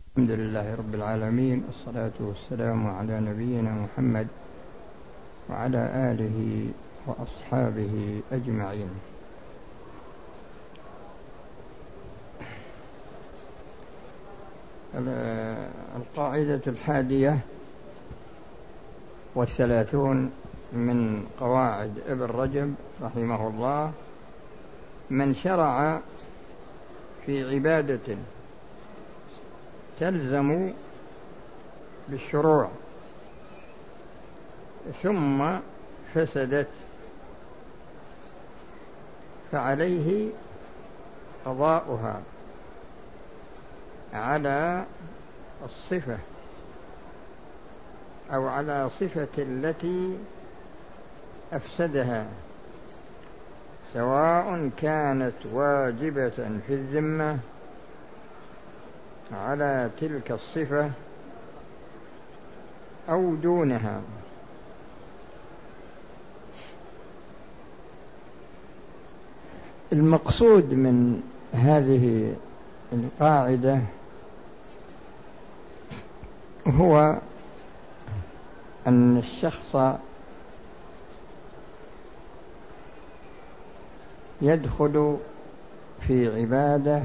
الحمد لله رب العالمين، الصلاة والسلام على نبينا محمد وعلى آله وأصحابه أجمعين. القاعدة 31 من قواعد ابن رجب رحمه الله: من شرع في عبادة تلزم بالشروع ثم فسدت فعليه قضاؤها على الصفة أو على صفة التي أفسدها، سواء كانت واجبة في الذمة على تلك الصفة أو دونها. المقصود من هذه القاعدة هو أن الشخص يدخل في عبادة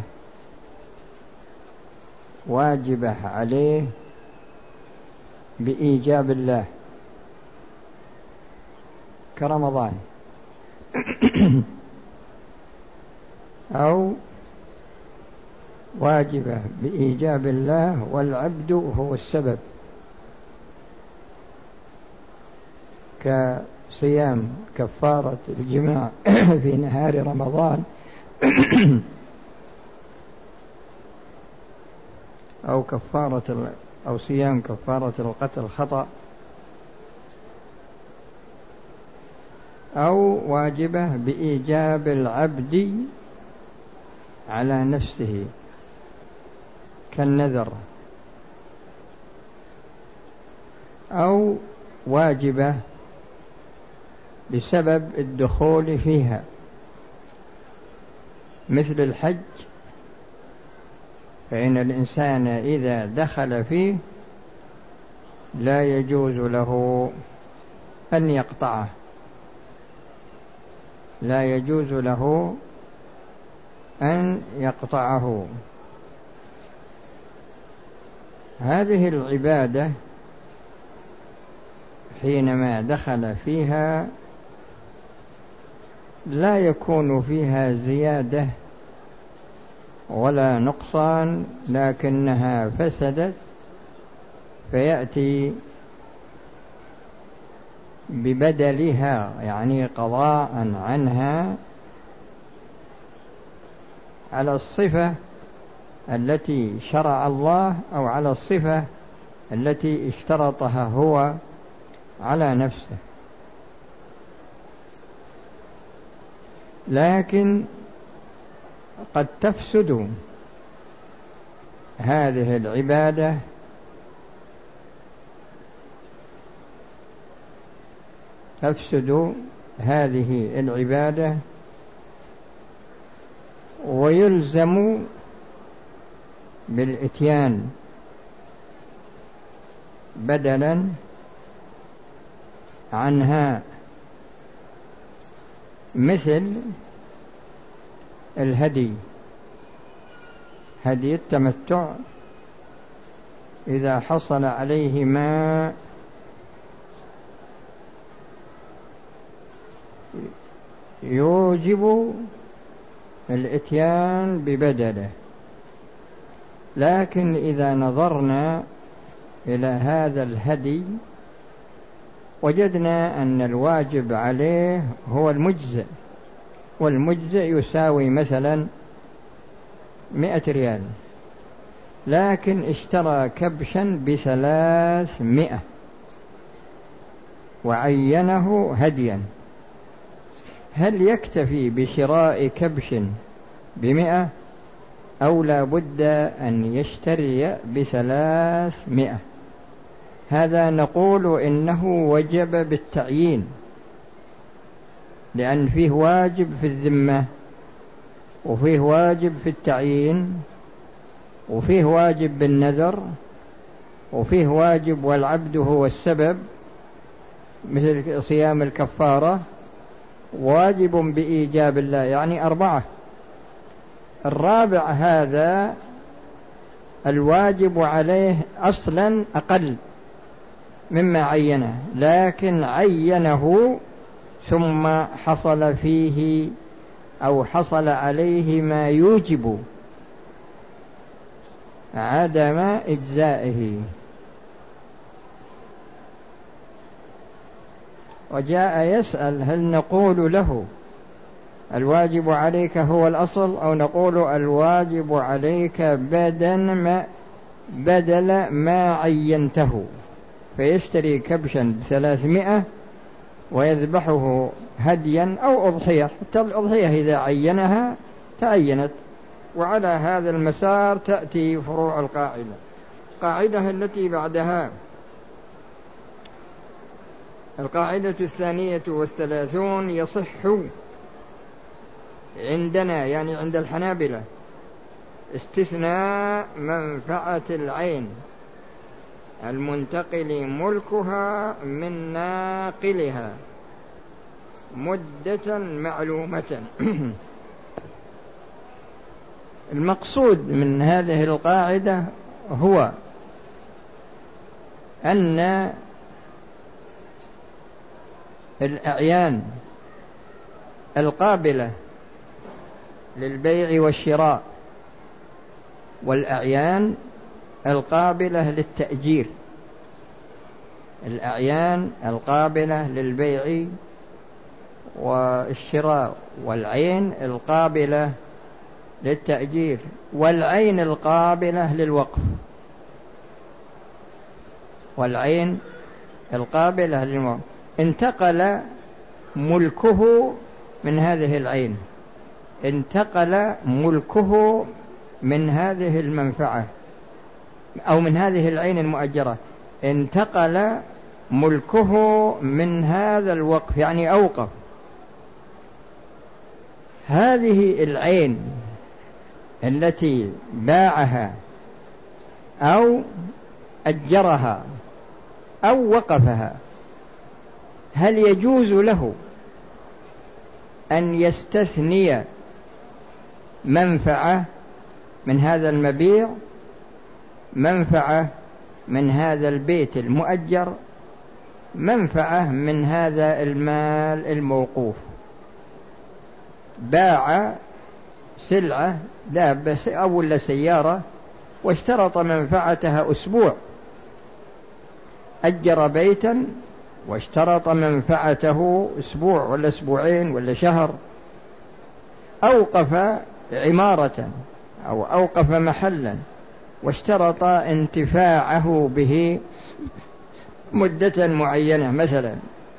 واجبة عليه بإيجاب الله كرمضان أو واجبة بإيجاب الله والعبد هو السبب، كصيام كفارة الجماع في نهار رمضان أو صيام كفارة القتل خطأ، أو واجبة بإيجاب العبد على نفسه كالنذر، أو واجبة بسبب الدخول فيها مثل الحج، فإن الإنسان إذا دخل فيه لا يجوز له أن يقطعه، لا يجوز له أن يقطعه. هذه العبادة حينما دخل فيها لا يكون فيها زيادة ولا نقصان، لكنها فسدت، فيأتي ببدلها يعني قضاء عنها على الصفة التي شرع الله أو على الصفة التي اشترطها هو على نفسه. لكن قد تفسد هذه العبادة ويلزم بالإتيان بدلا عنها، مثل الهدي، هدي التمتع إذا حصل عليه ما يوجب الإتيان ببدله. لكن إذا نظرنا إلى هذا الهدي وجدنا أن الواجب عليه هو المجزئ، والمجزئ يساوي مثلا 100 ريال، لكن اشترى كبشا ب300 وعينه هديا، هل يكتفي بشراء كبش ب100 أو لا بد أن يشتري ب300؟ هذا نقول إنه وجب بالتعيين، لأن فيه واجب في الذمة وفيه واجب في التعيين، وفيه واجب بالنذر، وفيه واجب والعبد هو السبب مثل صيام الكفارة، واجب بإيجاب الله، يعني 4. الرابع هذا الواجب عليه أصلا أقل مما عينه، لكن عينه ثم حصل فيه أو حصل عليه ما يوجب عدم إجزائه. وجاء يسأل هل نقول له الواجب عليك هو الأصل، أو نقول الواجب عليك بدل ما عينته، فيشتري كبشا 300 ويذبحه هديا أو أضحية، حتى الأضحية إذا عينها تعينت. وعلى هذا المسار تأتي فروع القاعدة التي بعدها. القاعدة 32: يصح عندنا، يعني عند الحنابلة، استثناء منفعة العين المنتقل ملكها من ناقلها مدة معلومة. المقصود من هذه القاعدة هو أن الأعيان القابلة للبيع والشراء والأعيان القابلة للتأجير، الأعيان القابلة للبيع والشراء والعين القابلة للتأجير والعين القابلة للوقف، والعين القابلة للوقف، انتقل ملكه من هذه العين، انتقل ملكه من هذه المنفعة أو من هذه العين المؤجرة، انتقل ملكه من هذا الوقف، يعني أوقف. هذه العين التي باعها أو أجرها أو وقفها، هل يجوز له أن يستثني منفعة من هذا المبيع، منفعة من هذا البيت المؤجر، منفعة من هذا المال الموقوف؟ باع سلعة دابة أو سيارة واشترط منفعتها أسبوع، أجر بيتا واشترط منفعته أسبوع ولا أسبوعين ولا شهر، أوقف عمارة أو أوقف محلا واشترط انتفاعه به مدة معينة مثلا.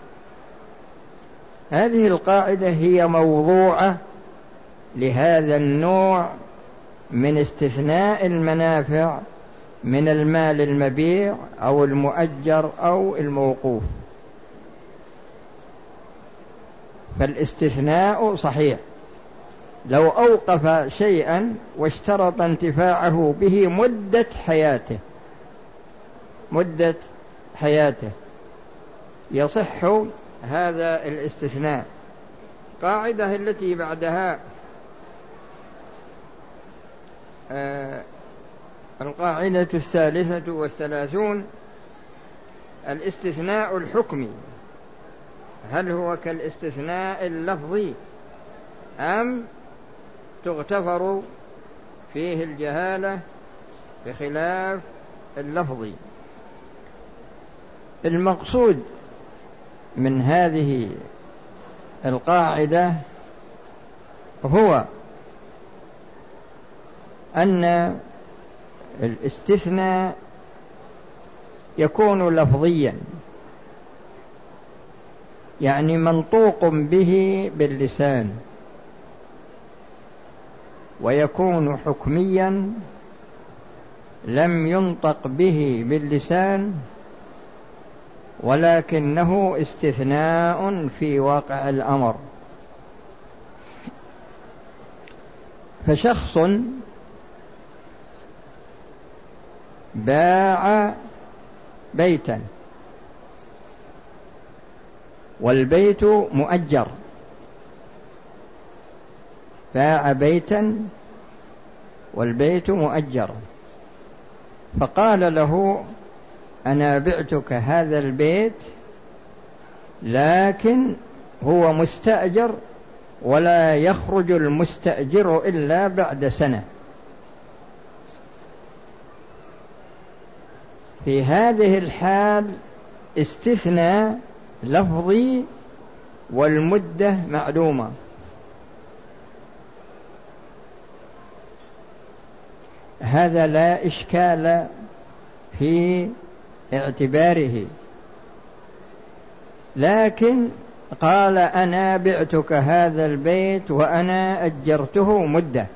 هذه القاعدة هي موضوعة لهذا النوع من استثناء المنافع من المال المبيع أو المؤجر أو الموقوف. فالاستثناء صحيح لو أوقف شيئا واشترط انتفاعه به مدة حياته يصح هذا الاستثناء. قاعدة التي بعدها القاعدة 33: الاستثناء الحكمي، هل هو كالاستثناء اللفظي أم تغتفر فيه الجهالة بخلاف اللفظي؟ المقصود من هذه القاعدة هو أن الاستثناء يكون لفظيا، يعني منطوق به باللسان، ويكون حكميا لم ينطق به باللسان ولكنه استثناء في واقع الأمر. فشخص باع بيتا والبيت مؤجر، باع بيتا والبيت مؤجر، فقال له أنا بعتك هذا البيت لكن هو مستأجر ولا يخرج المستأجر إلا بعد سنة. في هذه الحال استثناء لفظي والمدة معلومة. هذا لا إشكال في اعتباره، لكن قال أنا بعتك هذا البيت وأنا أجرته مدة،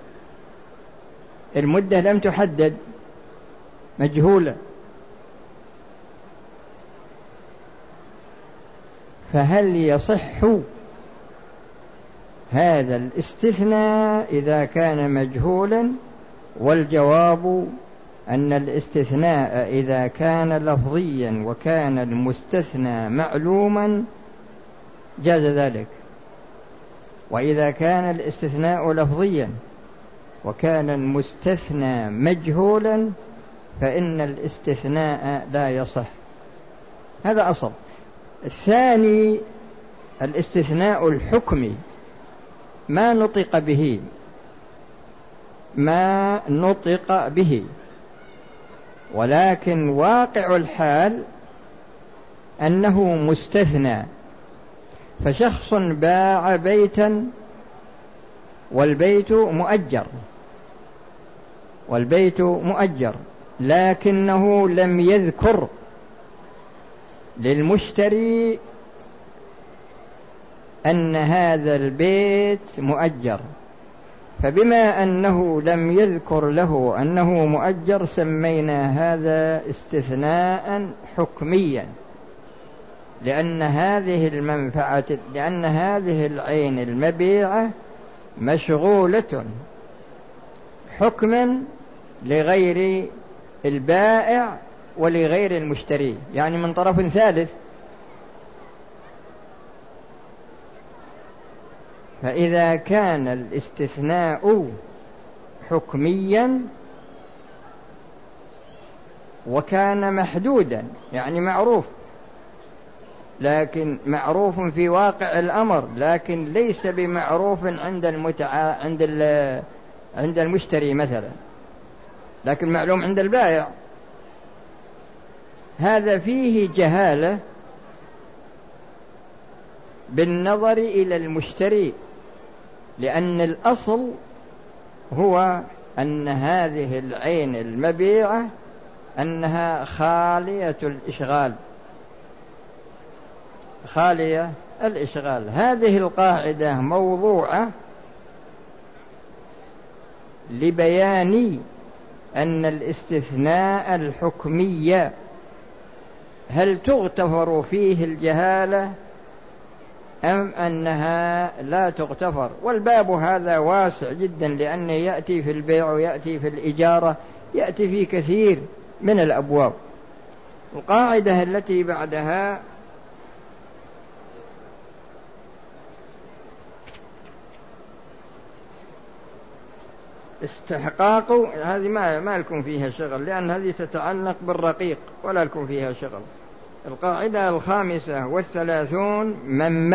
المدة لم تحدد، مجهولة، فهل يصح هذا الاستثناء إذا كان مجهولا؟ والجواب أن الاستثناء إذا كان لفظيا وكان المستثنى معلوما جاز ذلك، وإذا كان الاستثناء لفظيا وكان المستثنى مجهولا فإن الاستثناء لا يصح. هذا أصل. الثاني الاستثناء الحكمي، ما نطق به، ولكن واقع الحال أنه مستثنى. فشخص باع بيتا والبيت مؤجر لكنه لم يذكر للمشتري أن هذا البيت مؤجر، فبما أنه لم يذكر له أنه مؤجر سمينا هذا استثناء حكميا، لأن هذه العين المبيعة مشغولة حكما لغير البائع ولغير المشتري، يعني من طرف ثالث. فإذا كان الاستثناء حكميا وكان محدودا، يعني معروف، لكن معروف في واقع الأمر لكن ليس بمعروف عند المشتري مثلا، لكن معلوم عند البائع، هذا فيه جهالة بالنظر إلى المشتري، لأن الأصل هو أن هذه العين المبيعة أنها خالية الإشغال. هذه القاعدة موضوعة لبيان أن الاستثناء الحكمي هل تغتفر فيه الجهالة أم أنها لا تغتفر. والباب هذا واسع جدا، لأنه يأتي في البيع ويأتي في الإجارة، يأتي في كثير من الأبواب. القاعدة التي بعدها استحقاق، هذه ما لكم فيها شغل، لأن هذه تتعلق بالرقيق ولا لكم فيها شغل. القاعدة 35: من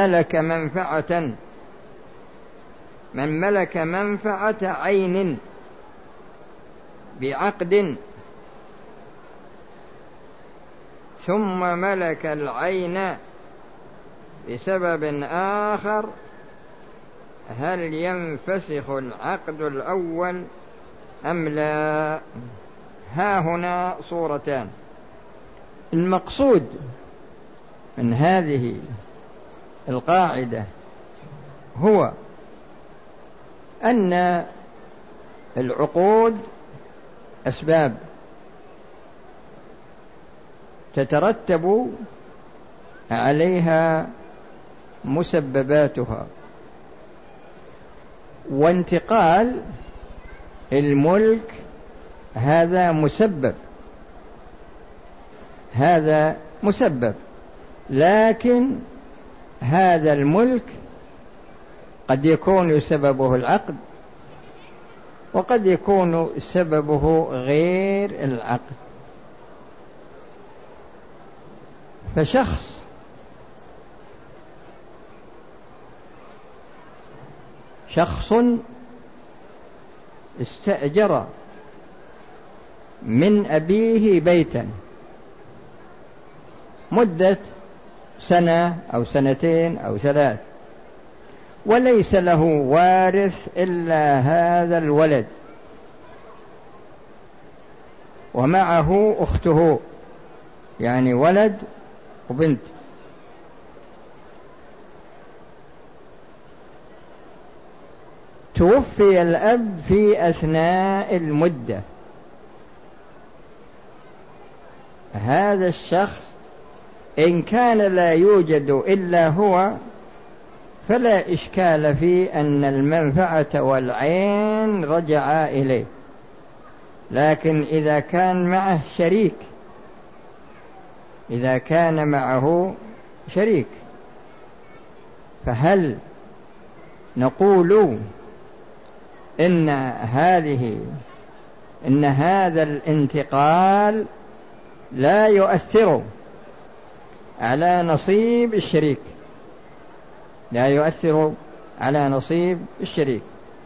ملك منفعة عين بعقد ثم ملك العين بسبب آخر، هل ينفسخ العقد الأول أم لا؟ ها هنا صورتان. المقصود من هذه القاعدة هو أن العقود أسباب تترتب عليها مسبباتها، وانتقال الملك هذا مسبب هذا مسبب، لكن هذا الملك قد يكون سببه العقد وقد يكون سببه غير العقد. فشخص استأجر من أبيه بيتا مدة سنة أو سنتين أو ثلاث، وليس له وارث إلا هذا الولد ومعه أخته، يعني ولد وبنت. توفي الأب في أثناء المدة، هذا الشخص إن كان لا يوجد إلا هو فلا إشكال في أن المنفعة والعين رجعا إليه. لكن إذا كان معه شريك، إذا كان معه شريك، فهل نقول إن هذا الانتقال لا يؤثر على نصيب الشريك، لا يؤثر على نصيب الشريك؟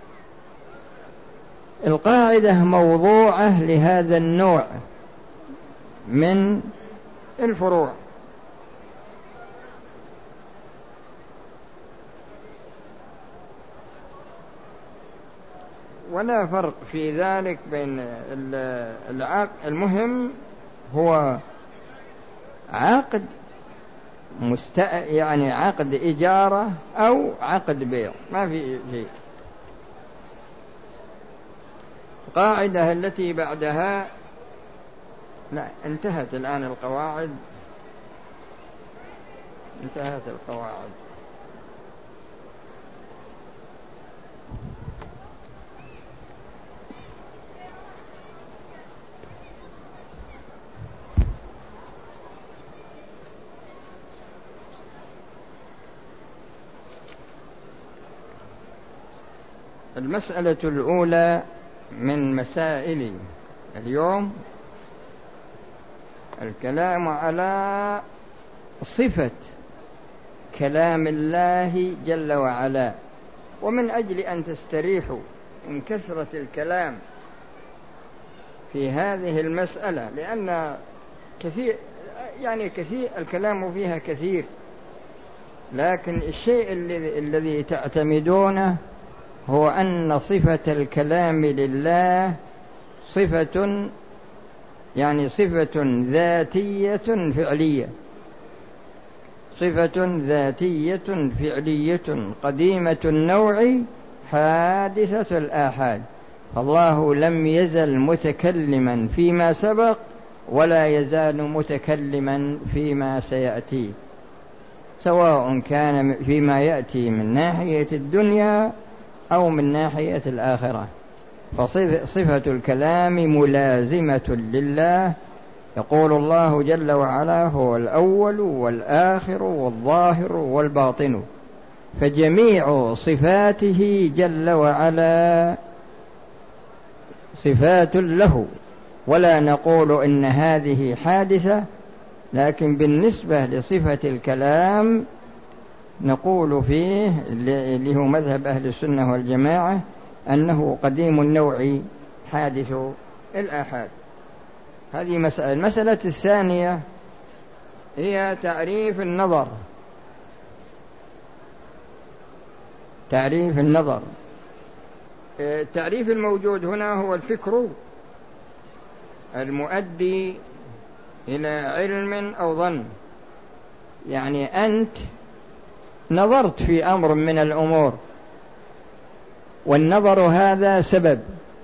القاعدة موضوعة لهذا النوع من الفروع. ولا فرق في ذلك بين العقد. المهم هو عقد يعني عقد إجارة أو عقد بيع، ما في شيء. القاعدة التي بعدها، لا انتهت الآن القواعد، انتهت القواعد. المسألة الأولى من مسائل اليوم الكلام على صفة كلام الله جل وعلا. ومن أجل أن تستريحوا من كثرة الكلام في هذه المسألة، لأن كثير الكلام فيها كثير، لكن الشيء الذي تعتمدونه هو أن صفة الكلام لله صفة ذاتية فعلية، صفة ذاتية فعلية قديمة النوع حادثة الآحاد. فالله لم يزل متكلما فيما سبق ولا يزال متكلما فيما سيأتي، سواء كان فيما يأتي من ناحية الدنيا أو من ناحية الآخرة. فصفة الكلام ملازمة لله. يقول الله جل وعلا: هو الأول والآخر والظاهر والباطن. فجميع صفاته جل وعلا صفات له، ولا نقول إن هذه حادثة، لكن بالنسبة لصفة الكلام نقول فيه اللي هو مذهب أهل السنة والجماعة أنه قديم النوع حادث الآحاد. هذه مسألة. المسألة الثانية هي تعريف النظر. تعريف النظر، التعريف الموجود هنا هو الفكر المؤدي إلى علم أو ظن. يعني أنت نظرت في أمر من الأمور، والنظر هذا سبب،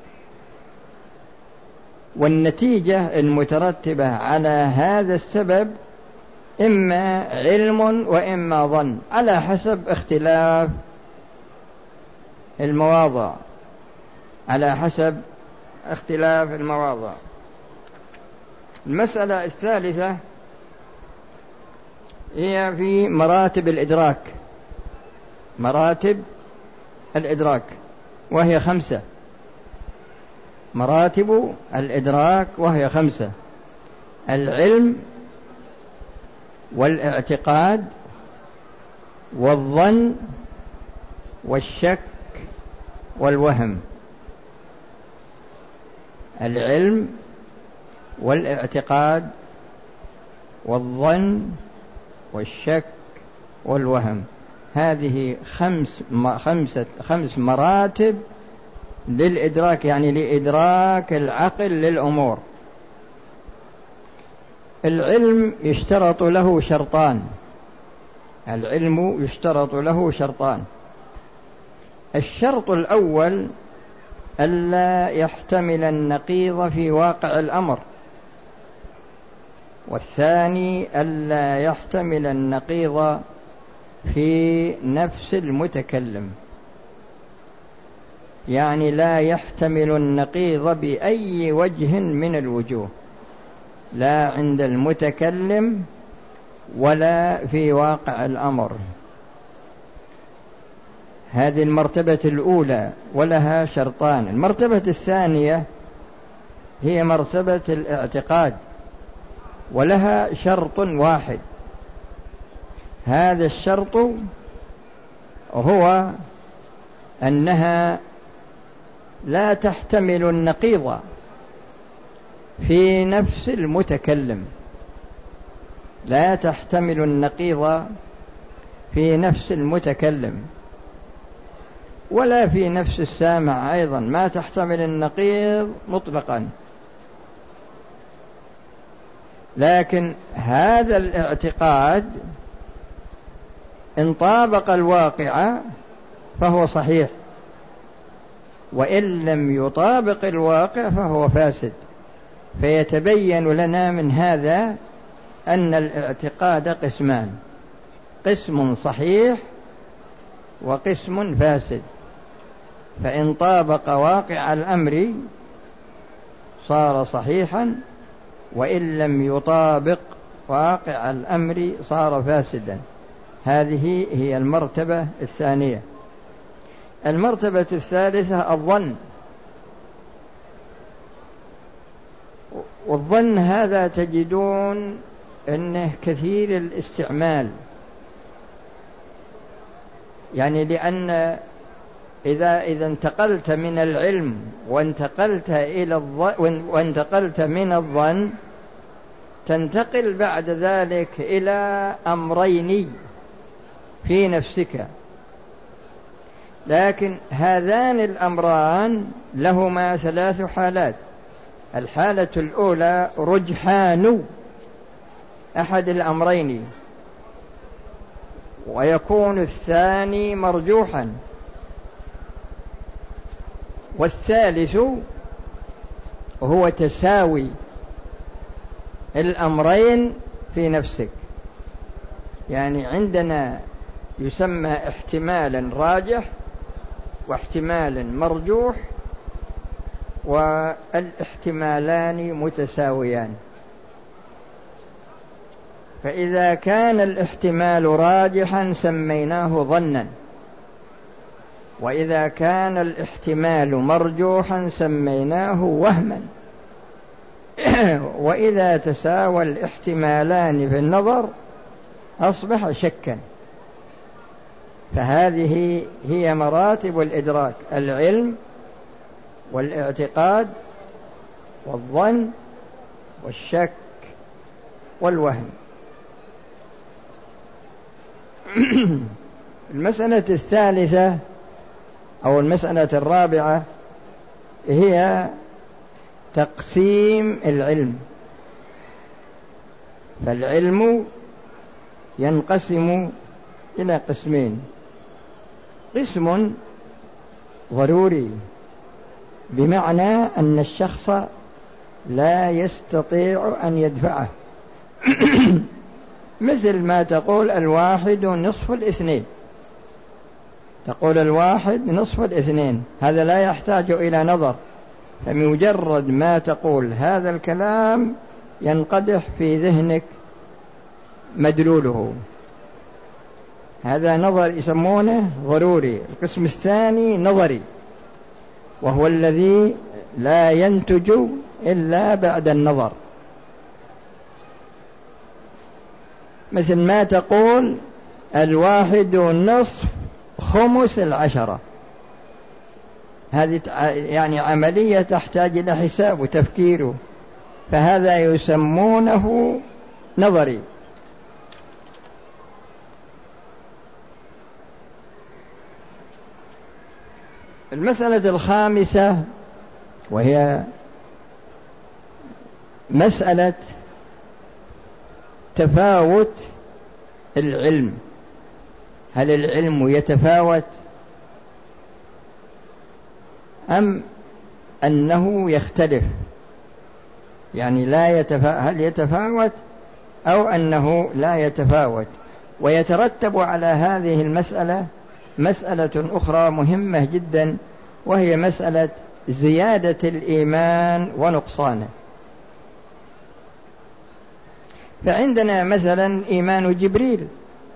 والنتيجة المترتبة على هذا السبب إما علم وإما ظن، على حسب اختلاف المواضع، على حسب اختلاف المواضع. المسألة الثالثة هي في مراتب الإدراك، مراتب الإدراك، وهي 5. مراتب الإدراك وهي 5: العلم والاعتقاد والظن والشك والوهم. العلم والاعتقاد والظن والشك والوهم، هذه 5 مراتب للإدراك، يعني لإدراك العقل للأمور. العلم يشترط له شرطان، العلم يشترط له شرطان: الشرط الأول ألا يحتمل النقيض في واقع الأمر، والثاني ألا يحتمل النقيض في نفس المتكلم، يعني لا يحتمل النقيض بأي وجه من الوجوه، لا عند المتكلم ولا في واقع الأمر. هذه المرتبة الأولى ولها شرطان. المرتبة الثانية هي مرتبة الاعتقاد، ولها شرط واحد. هذا الشرط هو أنها لا تحتمل النقيض في نفس المتكلم، لا تحتمل النقيض في نفس المتكلم ولا في نفس السامع أيضا، ما تحتمل النقيض مطلقا. لكن هذا الاعتقاد إن طابق الواقع فهو صحيح، وإن لم يطابق الواقع فهو فاسد. فيتبين لنا من هذا أن الاعتقاد قسمان: قسم صحيح وقسم فاسد. فإن طابق واقع الأمر صار صحيحا، وإن لم يطابق واقع الأمر صار فاسدا. هذه هي المرتبة الثانية. المرتبة الثالثة الظن. والظن هذا تجدون أنه كثير الاستعمال، يعني لأن إذا انتقلت من العلم وانتقلت من الظن، تنتقل بعد ذلك إلى أمرين في نفسك. لكن هذان الأمران لهما 3 حالات. الحالة الأولى رجحان أحد الأمرين، ويكون الثاني مرجوحا، والثالث هو تساوي الأمرين في نفسك. يعني عندنا يسمى احتمالا راجح واحتمال مرجوح، والاحتمالان متساويان. فإذا كان الاحتمال راجحا سميناه ظنا، وإذا كان الاحتمال مرجوحا سميناه وهما. وإذا تساوى الاحتمالان في النظر أصبح شكا. فهذه هي مراتب الإدراك: العلم والاعتقاد والظن والشك والوهم. المسألة الثالثة أو المسألة الرابعة هي تقسيم العلم. فالعلم ينقسم إلى قسمين: قسم ضروري، بمعنى أن الشخص لا يستطيع أن يدفعه، مثل ما تقول 1 نصف 2، تقول 1 نصف 2، هذا لا يحتاج إلى نظر. فمجرد ما تقول هذا الكلام ينقدح في ذهنك مدلوله. هذا نظر يسمونه ضروري. القسم الثاني نظري، وهو الذي لا ينتج إلا بعد النظر، مثل ما تقول 1/2 هذه يعني عملية تحتاج إلى حساب وتفكير، فهذا يسمونه نظري. المسألة الخامسة وهي مسألة تفاوت العلم. هل العلم يتفاوت أم أنه يختلف؟ يعني هل يتفاوت أو أنه لا يتفاوت؟ ويترتب على هذه المسألة مسألة أخرى مهمة جدا، وهي مسألة زيادة الإيمان ونقصانه. فعندنا مثلا إيمان جبريل،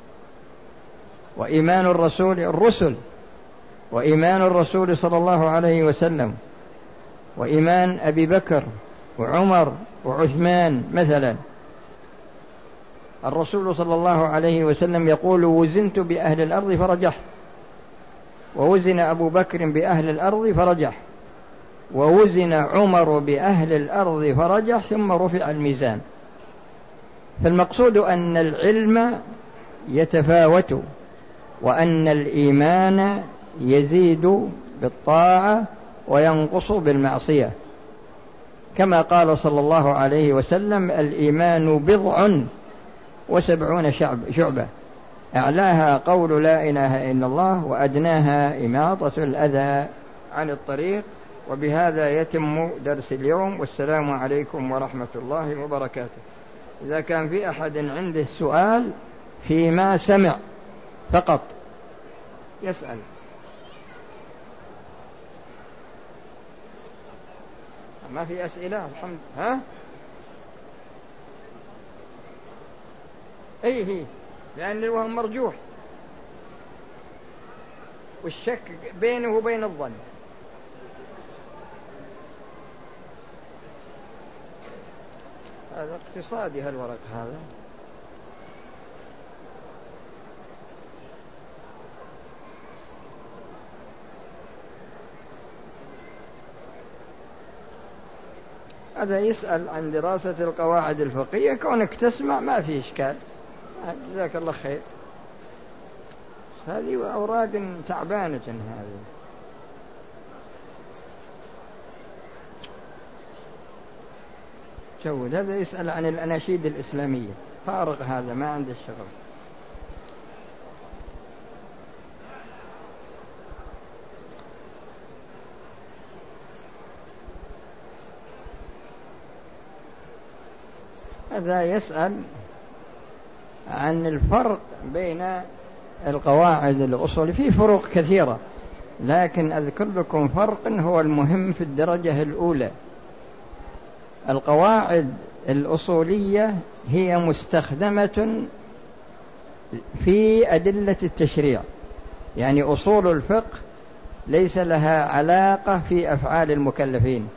وإيمان الرسل، وإيمان الرسول صلى الله عليه وسلم، وإيمان أبي بكر وعمر وعثمان. مثلا الرسول صلى الله عليه وسلم يقول: وزنت بأهل الأرض فرجحت، ووزن أبو بكر بأهل الأرض فرجح، ووزن عمر بأهل الأرض فرجح، ثم رفع الميزان. فالمقصود أن العلم يتفاوت، وأن الإيمان يزيد بالطاعة وينقص بالمعصية، كما قال صلى الله عليه وسلم: الإيمان 70 شعبة، أعلاها قول لا إله إلا الله، وأدناها إماطة الأذى عن الطريق. وبهذا يتم درس اليوم، والسلام عليكم ورحمة الله وبركاته. إذا كان في أحد عنده سؤال فيما سمع فقط يسأل. ما في أسئلة الحمد. هي لأن الوهم مرجوح، والشك بينه وبين الظن. هذا اقتصادي هالورق هذا يسأل عن دراسة القواعد الفقهية. كونك تسمع ما في إشكال، جزاك الله خير. هذه أوراق تعبانة هذه. جود. هذا يسأل عن الأناشيد الإسلامية، فارغ هذا، ما عنده الشغل. هذا يسأل عن الفرق بين القواعد الأصول. في فروق كثيرة، لكن أذكر لكم فرق هو المهم في الدرجة الأولى. القواعد الأصولية هي مستخدمة في أدلة التشريع، يعني أصول الفقه ليس لها علاقة في أفعال المكلفين،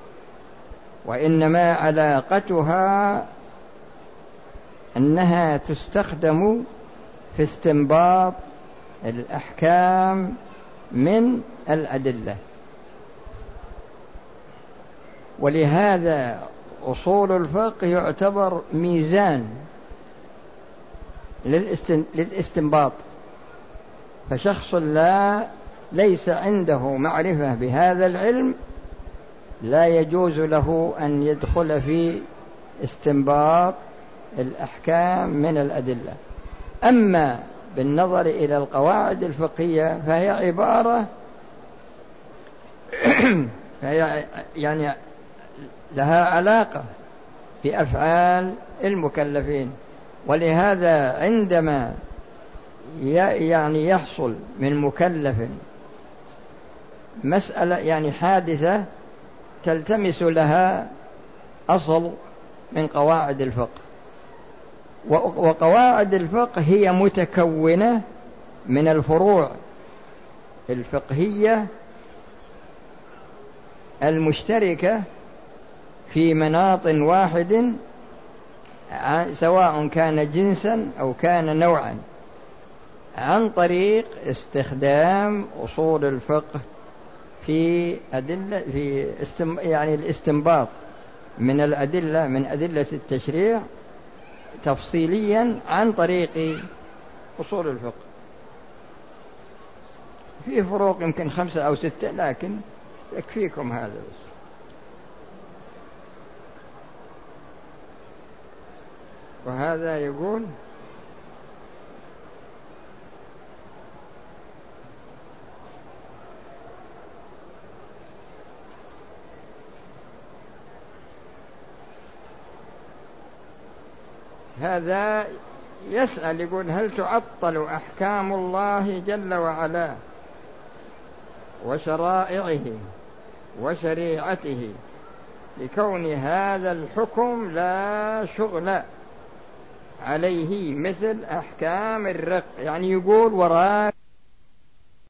وإنما علاقتها أنها تستخدم في استنباط الأحكام من الأدلة. ولهذا أصول الفقه يعتبر ميزان للاستنباط. فشخص ليس عنده معرفة بهذا العلم لا يجوز له أن يدخل في استنباط الأحكام من الأدلة. أما بالنظر إلى القواعد الفقهية فهي عبارة فهي يعني لها علاقة بأفعال المكلفين. ولهذا عندما يعني يحصل من مكلف مسألة يعني حادثة تلتمس لها أصل من قواعد الفقه، وقواعد الفقه هي متكونة من الفروع الفقهية المشتركة في مناط واحد، سواء كان جنسا أو كان نوعا، عن طريق استخدام أصول الفقه في أدلة يعني الاستنباط من الأدلة، من أدلة التشريع تفصيليا عن طريق أصول الفقه. في فروق يمكن 5 أو 6، لكن يكفيكم هذا بس. وهذا يقول: هذا يسأل يقول: هل تعطل أحكام الله جل وعلا وشرائعه وشريعته لكون هذا الحكم لا شغل عليه مثل أحكام الرق؟ يعني يقول وراء